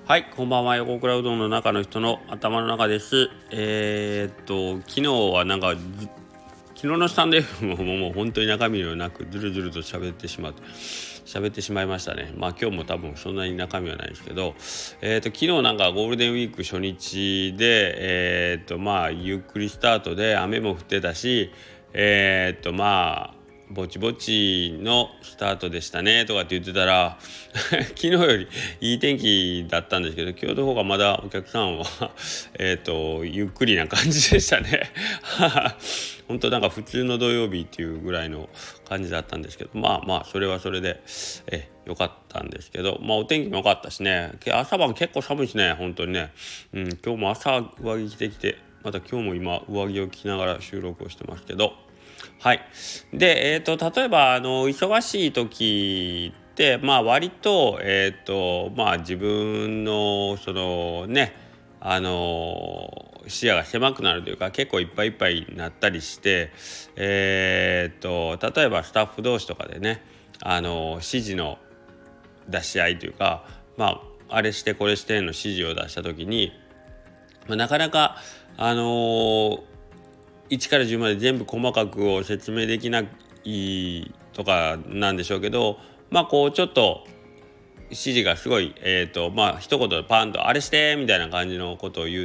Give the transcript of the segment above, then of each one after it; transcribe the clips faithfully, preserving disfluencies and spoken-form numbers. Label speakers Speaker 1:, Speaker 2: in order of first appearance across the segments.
Speaker 1: はい、こんばんは。横倉うどんの中の人の頭の中です。えー、っと昨日はなんか昨日のスタンド エフエム ももう本当に中身のなくずるずると喋ってしまって喋ってしまいましたね。まあ今日も多分そんなに中身はないですけど、えー、っと昨日なんかゴールデンウィーク初日でえー、っとまあゆっくりスタートで雨も降ってたし、えー、っとまあぼちぼちのスタートでしたねとかって言ってたら昨日よりいい天気だったんですけど、今日の方がまだお客さんはえっとゆっくりな感じでしたね本当なんか普通の土曜日っていうぐらいの感じだったんですけど、まあまあそれはそれでえ良かったんですけど、まあお天気も良かったしね、朝晩結構寒いしね、本当にね、うん、今日も朝上着着てきて、また今日も今上着を着ながら収録をしてますけど、はい。で、えーと、例えばあの忙しい時って、まあ、割と,、えーとまあ、自分のそのねあの視野が狭くなるというか、結構いっぱいいっぱいになったりして、えーと例えばスタッフ同士とかでね、あの指示の出し合いというか、まあ、あれしてこれしての指示を出した時に、まあ、なかなかあのーいちからじゅうまで全部細かくを説明できないとかなんでしょうけど、まあこうちょっと指示がすごいえっとまあ一言でパンとあれしてみたいな感じのことを言って、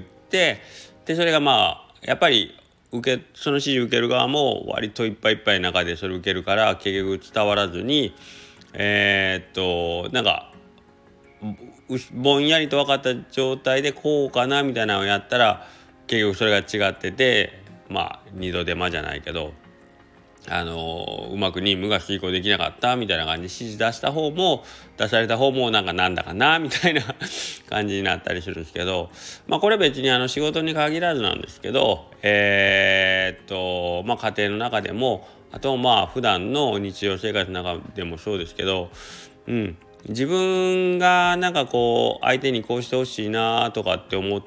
Speaker 1: でそれがまあやっぱり受けその指示受ける側も割といっぱいいっぱいの中でそれ受けるから、結局伝わらずにえっとなんかぼんやりと分かった状態でこうかなみたいなのをやったら、結局それが違ってて、まあ二度手間じゃないけど、あのうまく任務が遂行できなかったみたいな感じで指示出した方も出された方もなんかなんだかなみたいな感じになったりするんですけど、まあこれ別にあの仕事に限らずなんですけど、えー、っとまあ家庭の中でも、あとまあ普段の日常生活の中でもそうですけど、うん自分がなんかこう相手にこうしてほしいなとかって思って、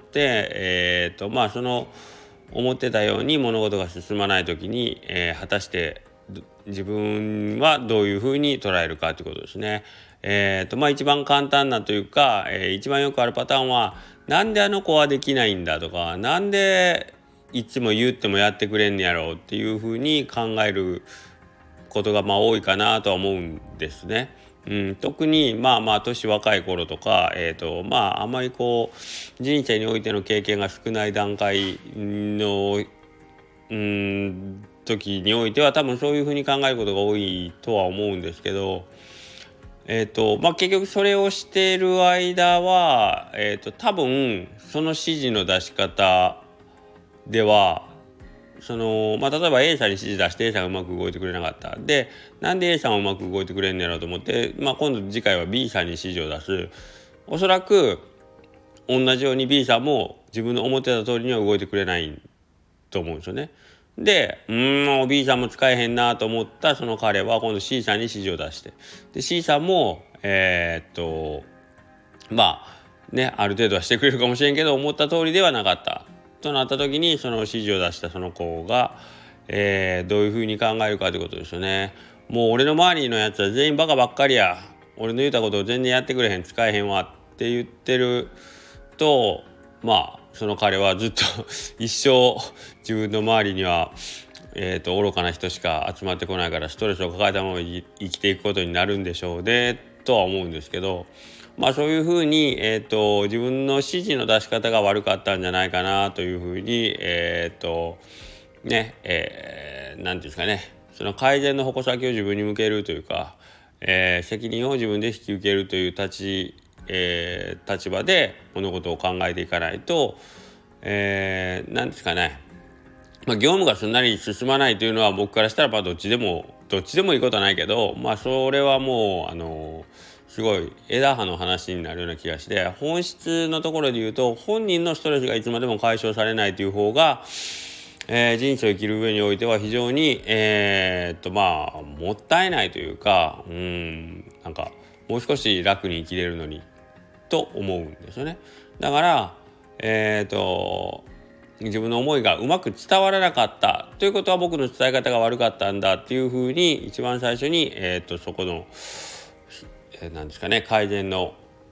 Speaker 1: えー、とまあその思ってたように物事が進まない時に、えー、果たして自分はどういうふうに捉えるかということですね。えー、とまあ一番簡単なというか、えー、一番よくあるパターンは、なんであの子はできないんだとか、なんでいつも言ってもやってくれんねやろうっていうふうに考えることがまあ多いかなとは思うんですね。うん、特にまあまあ年若い頃とか、えーとまああまりこう人生においての経験が少ない段階のうん時においては多分そういうふうに考えることが多いとは思うんですけど、えーとまあ、結局それをしている間は、えーと多分その指示の出し方ではそのまあ、例えば A さんに指示出して A さんがうまく動いてくれなかった。でなんで A さんはうまく動いてくれんねやろうと思って、まあ、今度次回は B さんに指示を出す。おそらく同じように B さんも自分の思ってた通りには動いてくれないと思うんですよね。でうーんもう B さんも使えへんなと思ったその彼は今度 C さんに指示を出して、で C さんもえー、っとまあねある程度はしてくれるかもしれんけど、思った通りではなかったとなった時に、その指示を出したその子が、えー、どういうふうに考えるかということですよね。もう俺の周りのやつは全員バカばっかりや、俺の言ったことを全然やってくれへん、使えへんわって言ってると、まあその彼はずっと一生自分の周りにはえーと愚かな人しか集まってこないから、ストレスを抱えたまま生きていくことになるんでしょうねとは思うんですけど、まあそういうふうに、えーと自分の指示の出し方が悪かったんじゃないかなというふうにえっ、ー、とねえー、なんていうんですかね、その改善の矛先を自分に向けるというか、えー、責任を自分で引き受けるという立ち、えー、立場で物事を考えていかないと、えー、なんですかね、まあ、業務がすんなり進まないというのは僕からしたらまあどっちでもどっちでもいいことはないけど、まあそれはもうあのすごい枝葉の話になるような気がして、本質のところで言うと本人のストレスがいつまでも解消されないという方が、えー、人生を生きる上においては非常にえー、っとまあもったいないというか、うーんなんかもう少し楽に生きれるのにと思うんですよね。だからえー、っと自分の思いがうまく伝わらなかったということは、僕の伝え方が悪かったんだっていうふうに一番最初に、えー、とそこの、えー、なんですかね、改善の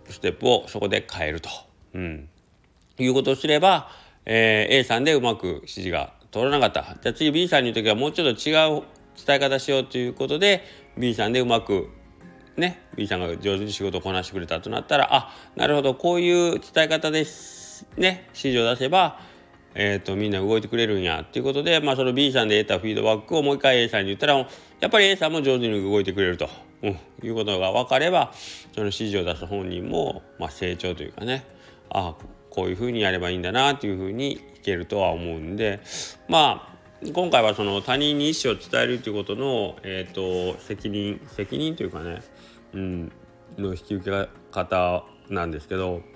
Speaker 1: ステップをそこで変えると、うん、いうことをすれば、えー、A さんでうまく指示が通らなかった。じゃあ次 B さんに言うときはもうちょっと違う伝え方しようということで B さんでうまくね B さんが上手に仕事をこなしてくれたとなったら、あ、なるほど、こういう伝え方ですね指示を出せば、えー、とみんな動いてくれるんやっていうことで、まあ、その B さんで得たフィードバックをもう一回 A さんに言ったら、やっぱり A さんも上手に動いてくれると、うん、いうことが分かれば、その指示を出す本人も、まあ、成長というかね、ああこういうふうにやればいいんだなというふうにいけるとは思うんで、まあ今回はその他人に意思を伝えるということの、えー、と責任責任というかね、うん、の引き受け方なんですけど、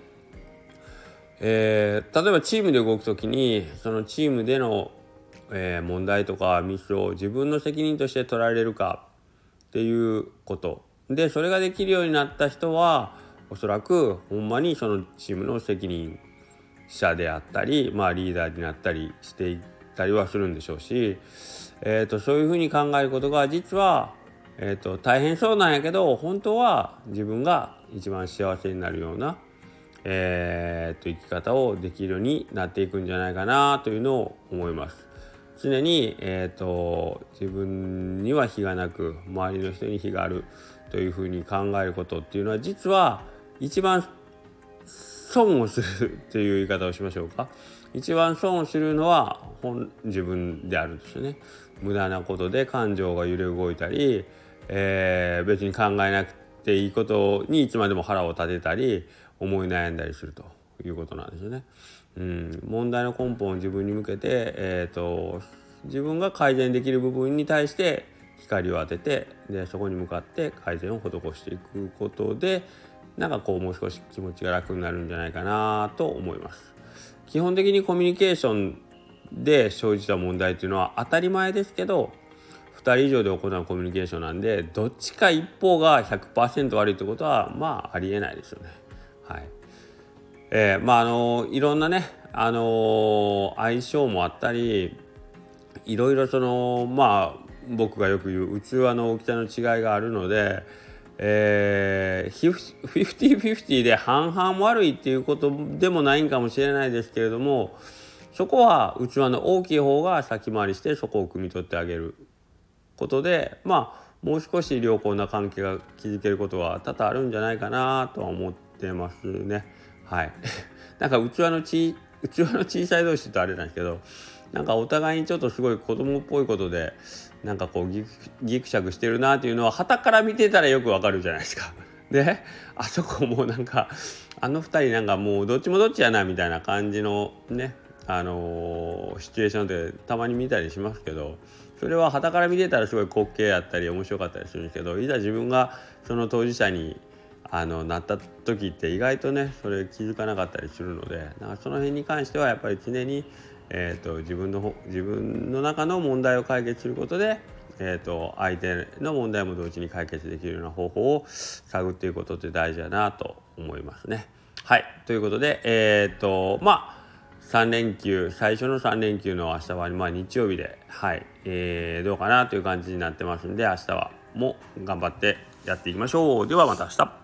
Speaker 1: えー、例えばチームで動くときにそのチームでの、えー、問題とかミスを自分の責任として捉えれるかっていうことで、それができるようになった人はおそらくほんまにそのチームの責任者であったり、まあ、リーダーになったりしていったりはするんでしょうし、えー、とそういうふうに考えることが実は、えー、と大変そうなんやけど、本当は自分が一番幸せになるような、えー、と生き方をできるようになっていくんじゃないかなというのを思います。常に、えー、と自分には非がなく周りの人に非があるというふうに考えることっていうのは、実は一番損をするという言い方をしましょうか。一番損をするのは本自分であるんですよね。無駄なことで感情が揺れ動いたり、えー、別に考えなくていいことにいつまでも腹を立てたり思い悩んだりするということなんですよね。うん、問題の根本を自分に向けて、えーと、自分が改善できる部分に対して光を当てて、でそこに向かって改善を施していくことで、なんかこうもう少し気持ちが楽になるんじゃないかなと思います。基本的にコミュニケーションで生じた問題というのは当たり前ですけど、ふたり以上で行うコミュニケーションなんで、どっちか一方が ひゃくパーセント 悪いということはまあありえないですよね。はい。えー、まああのいろんなね、あの相性もあったり、いろいろそのまあ僕がよく言う器の大きさの違いがあるので、えー、フィフティーフィフティーで半々悪いっていうことでもないんかもしれないですけれども、そこは器の大きい方が先回りしてそこを汲み取ってあげることで、まあもう少し良好な関係が築けることは多々あるんじゃないかなとは思ってますね。はいなんか器のち器の小さい同士とあれなんですけど、なんかお互いにちょっとすごい子供っぽいことでなんかこうギクギクシャクしてるなっていうのは傍から見てたらよくわかるじゃないですか。で、あそこもうなんかあの二人なんかもうどっちもどっちやなみたいな感じのね、あのー、シチュエーションでたまに見たりしますけど、それは傍から見てたらすごい滑稽やったり面白かったりするんですけど、いざ自分がその当事者にあのなった時って意外とねそれ気づかなかったりするので、なんかその辺に関してはやっぱり常に、えー、と自分の自分の中の問題を解決することで、えー、と相手の問題も同時に解決できるような方法を探っていくことって大事だなと思いますね。はい、ということで、えー、とまあさん連休、最初のさん連休の明日は、まあ、日曜日で、はいえー、どうかなという感じになってますんで、明日はも頑張ってやっていきましょう。ではまた明日。